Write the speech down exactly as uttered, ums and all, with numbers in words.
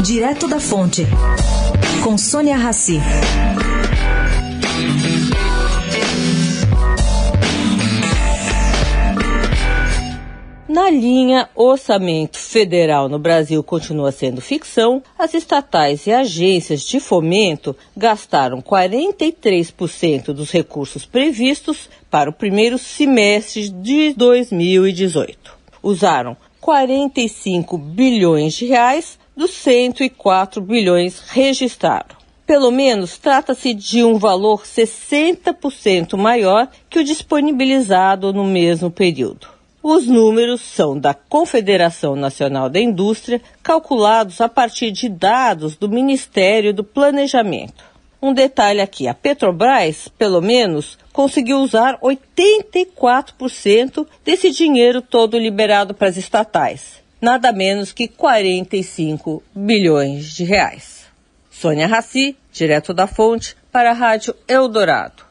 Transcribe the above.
Direto da Fonte, com Sônia Rassi. Na linha orçamento federal no Brasil continua sendo ficção, as estatais e agências de fomento gastaram quarenta e três por cento dos recursos previstos para o primeiro semestre de dois mil e dezoito. Usaram quarenta e cinco bilhões de reais dos cento e quatro bilhões registrados. Pelo menos trata-se de um valor sessenta por cento maior que o disponibilizado no mesmo período. Os números são da Confederação Nacional da Indústria, calculados a partir de dados do Ministério do Planejamento. Um detalhe aqui, a Petrobras, pelo menos, conseguiu usar oitenta e quatro por cento desse dinheiro todo liberado para as estatais, nada menos que quarenta e cinco bilhões de reais. Sônia Rassi, direto da Fonte, para a Rádio Eldorado.